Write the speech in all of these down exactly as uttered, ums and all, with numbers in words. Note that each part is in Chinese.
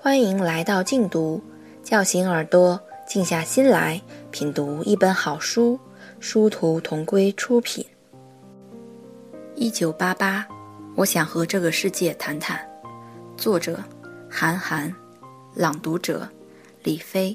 欢迎来到静读，叫醒耳朵，静下心来品读一本好书。殊途同归出品。一九八八，我想和这个世界谈谈。作者韩寒，朗读者李飞。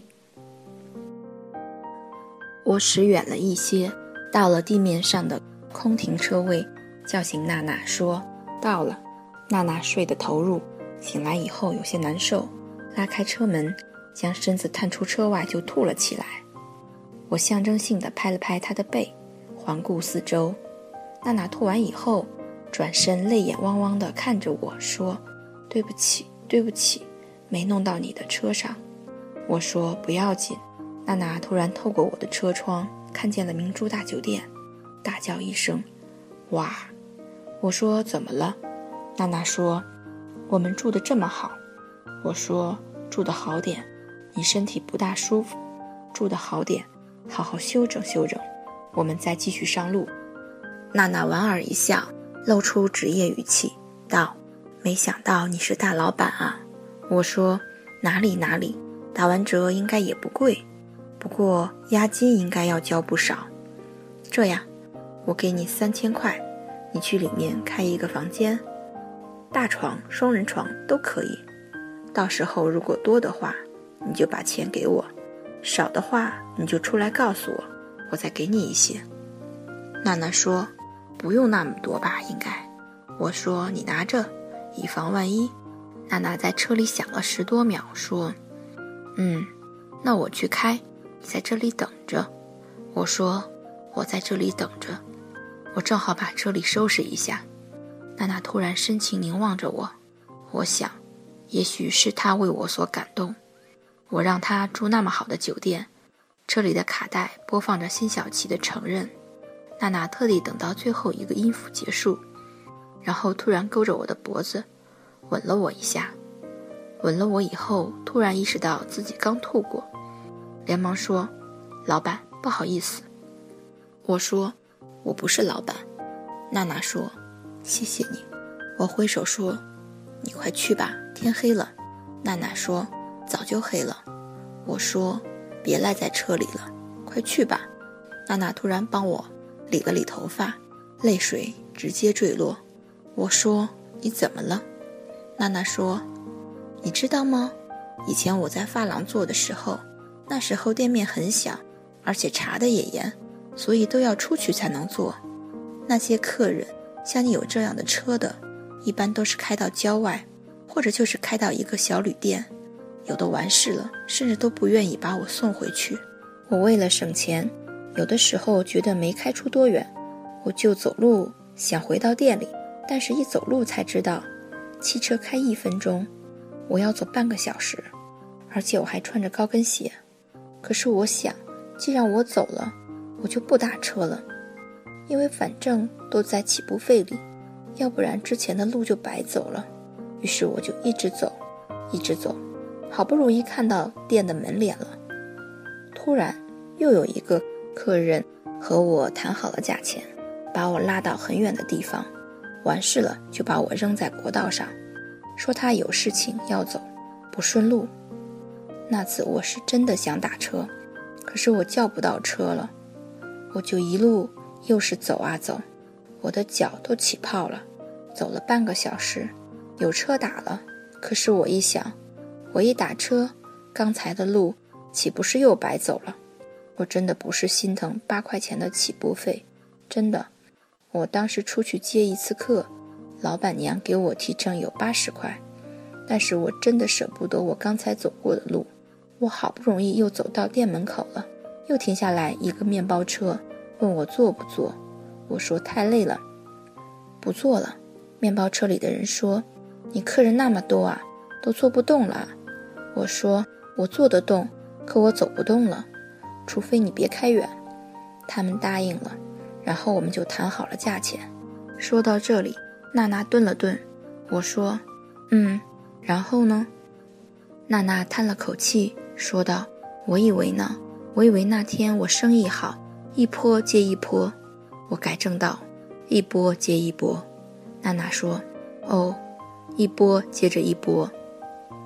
我驶远了一些，到了地面上的空停车位，叫醒娜娜说到了。娜娜睡得投入，醒来以后有些难受，拉开车门，将身子探出车外就吐了起来。我象征性地拍了拍她的背，环顾四周。娜娜吐完以后，转身泪眼汪汪地看着我说，对不起对不起，没弄到你的车上。我说不要紧。娜娜突然透过我的车窗看见了明珠大酒店，大叫一声哇。我说怎么了？娜娜说我们住得这么好。我说住得好点，你身体不大舒服，住得好点，好好休整休整，我们再继续上路。娜娜莞尔一笑，露出职业语气道，没想到你是大老板啊。我说哪里哪里，打完折应该也不贵，不过押金应该要交不少。这样，我给你三千块，你去里面开一个房间，大床双人床都可以，到时候如果多的话你就把钱给我，少的话你就出来告诉我，我再给你一些。娜娜说不用那么多吧应该。我说你拿着，以防万一。娜娜在车里想了十多秒说，嗯，那我去开，你在这里等着。我说我在这里等着，我正好把车里收拾一下。娜娜突然深情凝望着我，我想也许是她为我所感动，我让她住那么好的酒店，车里的卡带播放着辛晓琪的承认。娜娜特地等到最后一个音符结束，然后突然勾着我的脖子吻了我一下。吻了我以后，突然意识到自己刚吐过，连忙说老板不好意思。我说我不是老板。娜娜说谢谢你。我挥手说你快去吧，天黑了。娜娜说早就黑了。我说别赖在车里了，快去吧。娜娜突然帮我理了理头发，泪水直接坠落。我说你怎么了？娜娜说你知道吗，以前我在发廊做的时候，那时候店面很小，而且查的也严，所以都要出去才能做。那些客人像你有这样的车的，一般都是开到郊外，或者就是开到一个小旅店，有的完事了甚至都不愿意把我送回去。我为了省钱，有的时候觉得没开出多远，我就走路想回到店里，但是一走路才知道汽车开一分钟，我要走半个小时，而且我还穿着高跟鞋。可是我想既然我走了，我就不打车了，因为反正都在起步费里，要不然之前的路就白走了。于是我就一直走一直走，好不容易看到店的门脸了。突然又有一个客人和我谈好了价钱，把我拉到很远的地方，完事了就把我扔在国道上，说他有事情要走，不顺路。那次我是真的想打车，可是我叫不到车了，我就一路又是走啊走，我的脚都起泡了，走了半个小时，有车打了。可是我一想，我一打车，刚才的路岂不是又白走了？我真的不是心疼八块钱的起步费，真的。我当时出去接一次课，老板娘给我提成有八十块，但是我真的舍不得我刚才走过的路。我好不容易又走到店门口了，又停下来一个面包车，问我坐不坐。我说太累了，不坐了。面包车里的人说你客人那么多啊，都坐不动了。我说我坐得动，可我走不动了，除非你别开远。他们答应了，然后我们就谈好了价钱。说到这里，娜娜顿了顿。我说嗯，然后呢？娜娜叹了口气说道，我以为呢，我以为那天我生意好，一波接一波。我改正道一波接一波。娜娜说哦，一波接着一波。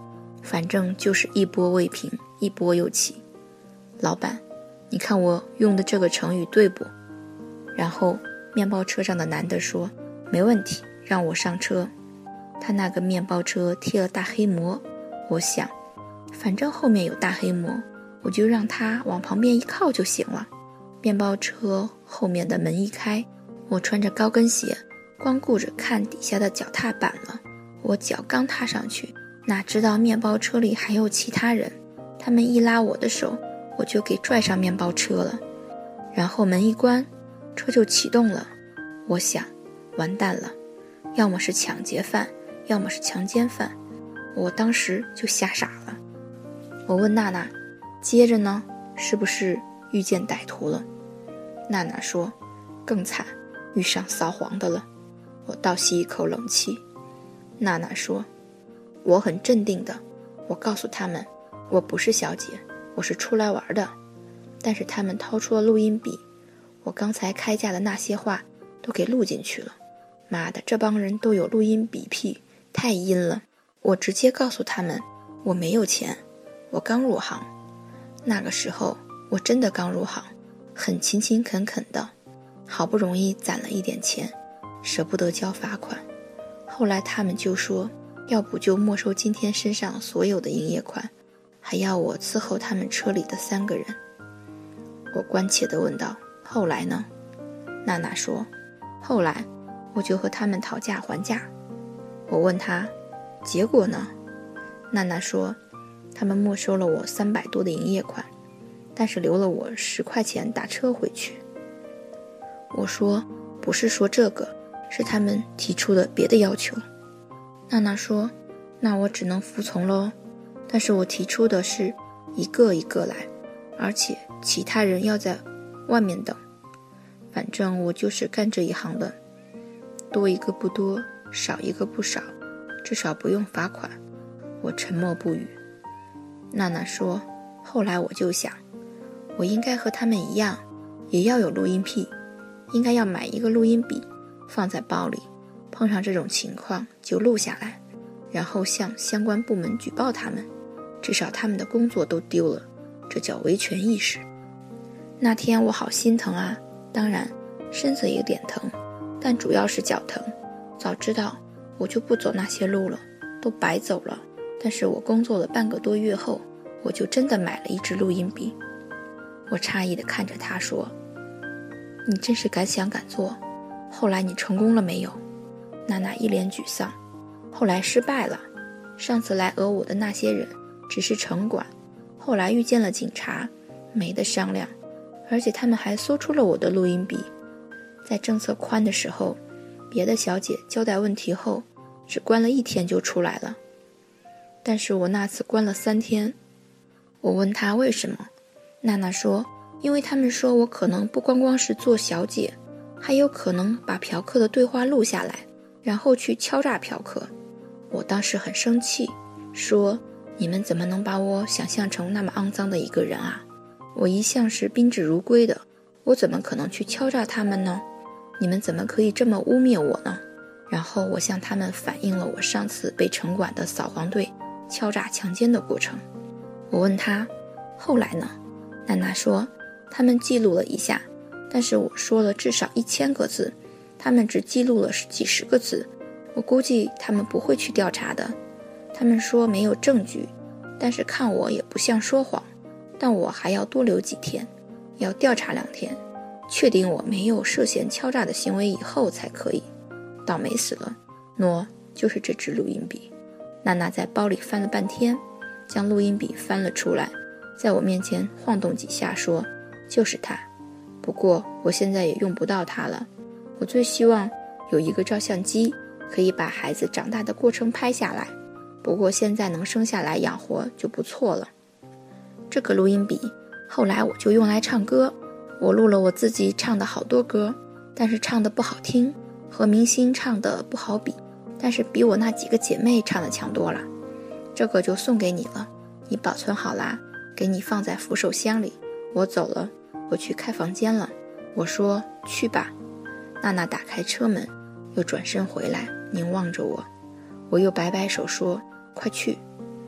反正就是一波未平，一波又起。老板，你看我用的这个成语对不？然后面包车上的男的说，没问题，让我上车。他那个面包车贴了大黑膜，我想反正后面有大黑膜，我就让他往旁边一靠就行了。面包车后面的门一开，我穿着高跟鞋，光顾着看底下的脚踏板了。我脚刚踏上去，哪知道面包车里还有其他人，他们一拉我的手，我就给拽上面包车了。然后门一关，车就启动了。我想完蛋了，要么是抢劫犯，要么是强奸犯。我当时就吓傻了。我问娜娜，接着呢，是不是遇见歹徒了？娜娜说，更惨，遇上扫黄的了。我倒吸一口冷气。娜娜说，我很镇定的，我告诉他们，我不是小姐，我是出来玩的。但是他们掏出了录音笔，我刚才开价的那些话都给录进去了。妈的，这帮人都有录音笔癖，太阴了。我直接告诉他们，我没有钱，我刚入行。那个时候我真的刚入行，很勤勤恳恳的，好不容易攒了一点钱，舍不得交罚款。后来他们就说，要不就没收今天身上所有的营业款，还要我伺候他们车里的三个人。我关切地问道，后来呢？娜娜说，后来我就和他们讨价还价。我问她，结果呢？娜娜说，他们没收了我三百多的营业款，但是留了我十块钱打车回去。我说，不是说这个，是他们提出的别的要求。娜娜说，那我只能服从咯，但是我提出的是一个一个来，而且其他人要在外面等。反正我就是干这一行的，多一个不多，少一个不少，至少不用罚款。我沉默不语。娜娜说，后来我就想，我应该和他们一样，也要有录音癖，应该要买一个录音笔放在包里，碰上这种情况就录下来，然后向相关部门举报他们，至少他们的工作都丢了，这叫维权意识。那天我好心疼啊，当然身子也有点疼，但主要是脚疼。早知道我就不走那些路了，都白走了。但是我工作了半个多月后，我就真的买了一支录音笔。我诧异地看着他说，你真是敢想敢做，后来你成功了没有？娜娜一脸沮丧，后来失败了。上次来讹我的那些人只是城管，后来遇见了警察，没得商量，而且他们还搜出了我的录音笔。在政策宽的时候，别的小姐交代问题后只关了一天就出来了，但是我那次关了三天。我问她为什么，娜娜说，因为他们说我可能不光光是做小姐，还有可能把嫖客的对话录下来，然后去敲诈嫖客。我当时很生气，说，你们怎么能把我想象成那么肮脏的一个人啊？我一向是宾至如归的，我怎么可能去敲诈他们呢？你们怎么可以这么污蔑我呢？然后我向他们反映了我上次被城管的扫黄队敲诈强奸的过程。我问他，后来呢？娜娜说，他们记录了一下，但是我说了至少一千个字，他们只记录了几十个字，我估计他们不会去调查的。他们说没有证据，但是看我也不像说谎，但我还要多留几天，要调查两天，确定我没有涉嫌敲诈的行为以后才可以。倒霉死了，喏，就是这支录音笔。娜娜在包里翻了半天，将录音笔翻了出来，在我面前晃动几下说，就是它，不过我现在也用不到它了。我最希望有一个照相机，可以把孩子长大的过程拍下来，不过现在能生下来养活就不错了。这个录音笔后来我就用来唱歌，我录了我自己唱的好多歌，但是唱的不好听，和明星唱的不好比，但是比我那几个姐妹唱的强多了。这个就送给你了，你保存好啦，给你放在扶手箱里。我走了，我去开房间了。我说，去吧。娜娜打开车门，又转身回来，凝望着我。我又摆摆手说，快去。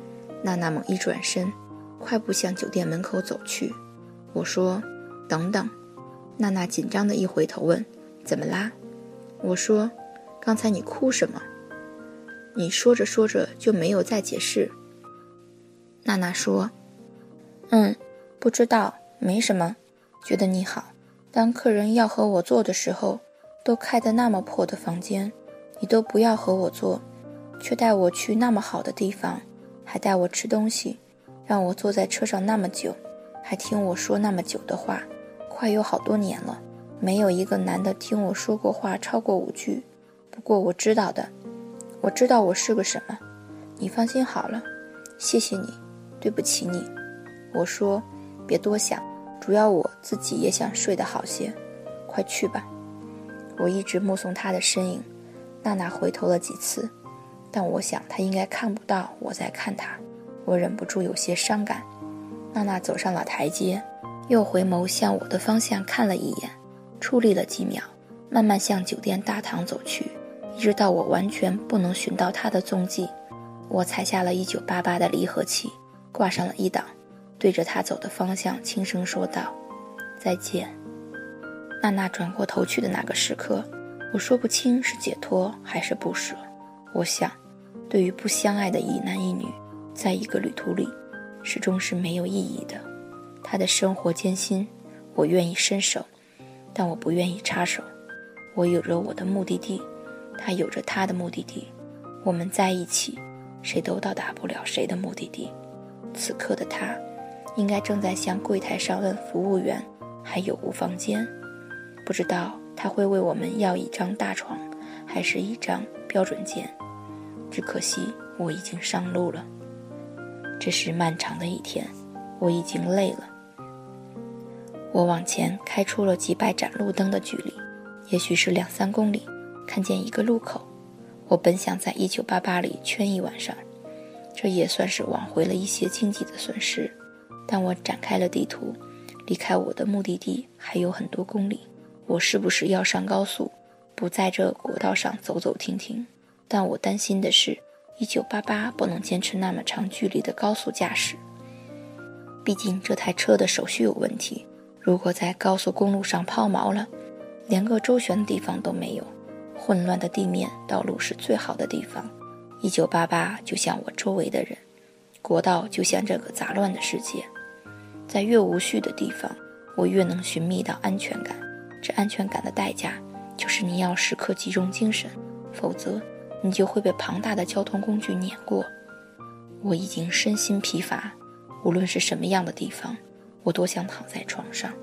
娜娜猛一转身，快步向酒店门口走去。我说：等等。娜娜紧张地一回头问：怎么啦？我说：刚才你哭什么？你说着说着就没有再解释。娜娜说：嗯，不知道，没什么，觉得你好。当客人要和我坐的时候，都开得那么破的房间，你都不要和我坐，却带我去那么好的地方，还带我吃东西，让我坐在车上那么久，还听我说那么久的话，快有好多年了，没有一个男的听我说过话超过五句。不过我知道的，我知道我是个什么，你放心好了，谢谢你，对不起你。我说：别多想，主要我自己也想睡得好些，快去吧。我一直目送他的身影，娜娜回头了几次，但我想她应该看不到我在看她，我忍不住有些伤感。娜娜走上了台阶，又回眸向我的方向看了一眼，矗立了几秒，慢慢向酒店大堂走去，一直到我完全不能寻到她的踪迹。我踩下了一九八八的离合器，挂上了一档，对着她走的方向轻声说道：再见。娜娜转过头去的那个时刻，我说不清是解脱还是不舍。我想，对于不相爱的一男一女，在一个旅途里，始终是没有意义的。他的生活艰辛，我愿意伸手，但我不愿意插手。我有着我的目的地，他有着他的目的地，我们在一起，谁都到达不了谁的目的地。此刻的他，应该正在向柜台上问服务员还有无房间，不知道他会为我们要一张大床，还是一张标准间。只可惜我已经上路了。这是漫长的一天，我已经累了。我往前开出了几百盏路灯的距离，也许是两三公里，看见一个路口。我本想在一九八八里圈一晚上，这也算是挽回了一些经济的损失。但我展开了地图，离开我的目的地还有很多公里。我是不是要上高速，不在这国道上走走停停？但我担心的是一九八八不能坚持那么长距离的高速驾驶，毕竟这台车的手续有问题，如果在高速公路上抛锚了，连个周旋的地方都没有。混乱的地面道路是最好的地方，一九八八就像我周围的人，国道就像这个杂乱的世界。在越无序的地方，我越能寻觅到安全感。这安全感的代价就是你要时刻集中精神，否则你就会被庞大的交通工具碾过。我已经身心疲乏，无论是什么样的地方，我都想躺在床上。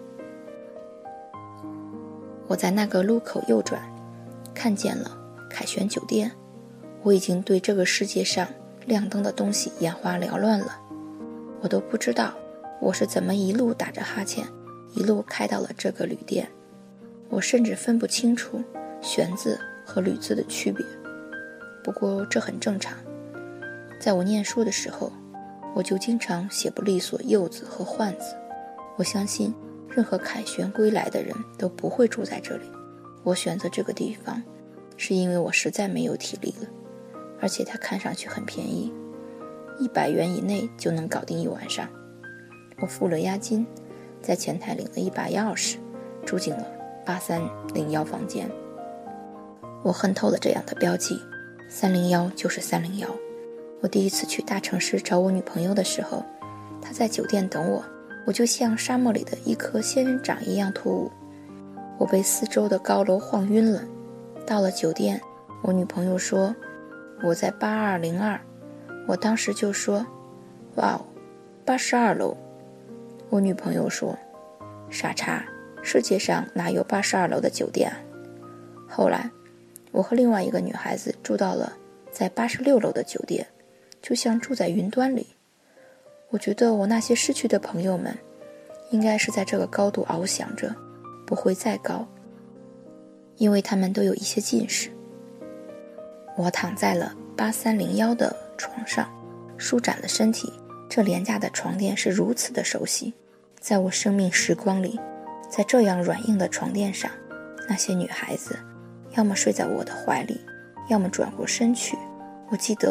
我在那个路口右转，看见了凯旋酒店。我已经对这个世界上亮灯的东西眼花缭乱了，我都不知道我是怎么一路打着哈欠，一路开到了这个旅店。我甚至分不清楚旋字和吕字的区别，不过这很正常。在我念书的时候，我就经常写不利索右字和换字。我相信任何凯旋归来的人都不会住在这里。我选择这个地方是因为我实在没有体力了，而且它看上去很便宜，一百元以内就能搞定一晚上。我付了押金，在前台领了一把钥匙，住进了八三零一房间。我恨透了这样的标记，三零一就是三零一。我第一次去大城市找我女朋友的时候，她在酒店等我，我就像沙漠里的一颗仙人掌一样突兀。我被四周的高楼晃晕了。到了酒店，我女朋友说我在八二零二，我当时就说哇哦，八十二楼。我女朋友说傻叉，世界上哪有八十二楼的酒店啊？后来我和另外一个女孩子住到了在八十六楼的酒店，就像住在云端里。我觉得我那些失去的朋友们应该是在这个高度翱翔着，不会再高，因为他们都有一些近视。我躺在了八三零一的床上，舒展了身体。这廉价的床垫是如此的熟悉，在我生命时光里，在这样软硬的床垫上，那些女孩子要么睡在我的怀里，要么转过身去。我记得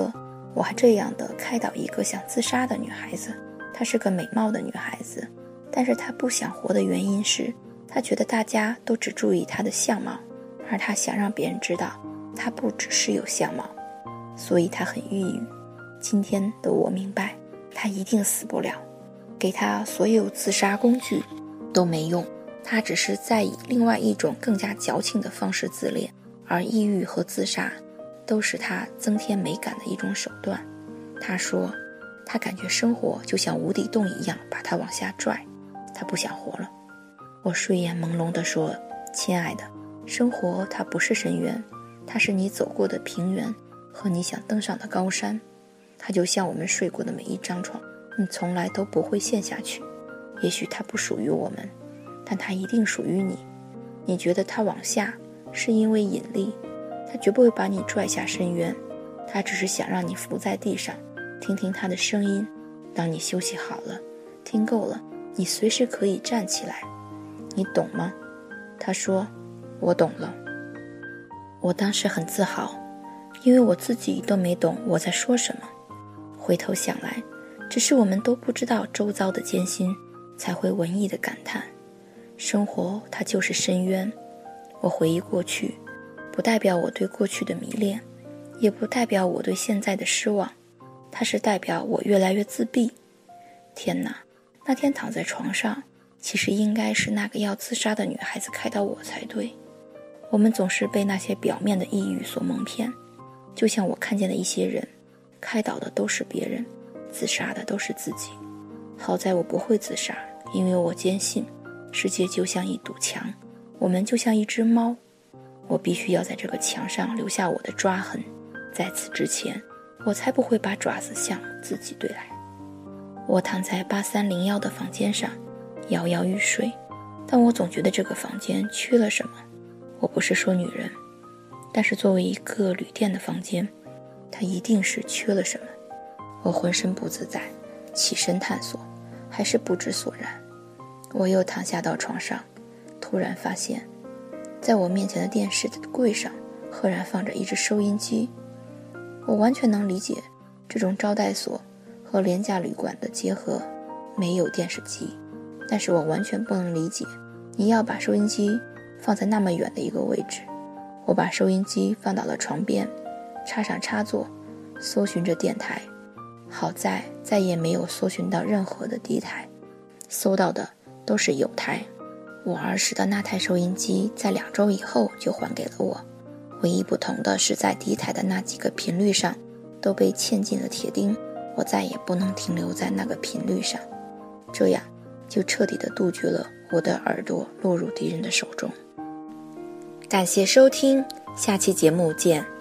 我还这样的开导一个想自杀的女孩子，她是个美貌的女孩子，但是她不想活的原因是，她觉得大家都只注意她的相貌，而她想让别人知道，她不只是有相貌，所以她很抑郁。今天的我明白，她一定死不了，给她所有自杀工具都没用，她只是在以另外一种更加矫情的方式自恋，而抑郁和自杀都是她增添美感的一种手段。她说，她感觉生活就像无底洞一样把她往下拽，她不想活了。我睡眼朦胧地说，亲爱的，生活它不是深渊，它是你走过的平原和你想登上的高山，它就像我们睡过的每一张床，你从来都不会陷下去。也许它不属于我们，但它一定属于你。你觉得它往下是因为引力，它绝不会把你拽下深渊，它只是想让你伏在地上，听听它的声音。当你休息好了，听够了，你随时可以站起来。你懂吗？他说，我懂了。我当时很自豪，因为我自己都没懂我在说什么。回头想来，只是我们都不知道周遭的艰辛，才会文艺的感叹，生活它就是深渊。我回忆过去，不代表我对过去的迷恋，也不代表我对现在的失望，它是代表我越来越自闭。天哪，那天躺在床上，其实应该是那个要自杀的女孩子开导我才对。我们总是被那些表面的抑郁所蒙骗，就像我看见的一些人，开导的都是别人，自杀的都是自己。好在我不会自杀，因为我坚信世界就像一堵墙，我们就像一只猫，我必须要在这个墙上留下我的抓痕，在此之前我才不会把爪子向自己对来。我躺在八三零一的房间上摇摇欲睡，但我总觉得这个房间缺了什么。我不是说女人，但是作为一个旅店的房间，它一定是缺了什么。我浑身不自在，起身探索，还是不知所然。我又躺下到床上，突然发现在我面前的电视的柜上赫然放着一只收音机。我完全能理解这种招待所和廉价旅馆的结合没有电视机，但是我完全不能理解你要把收音机放在那么远的一个位置。我把收音机放到了床边，插上插座，搜寻着电台。好在再也没有搜寻到任何的敌台，搜到的都是友台。我儿时的那台收音机在两周以后就还给了我，唯一不同的是在敌台的那几个频率上都被嵌进了铁钉，我再也不能停留在那个频率上，这样就彻底的杜绝了我的耳朵落入敌人的手中。感谢收听，下期节目见。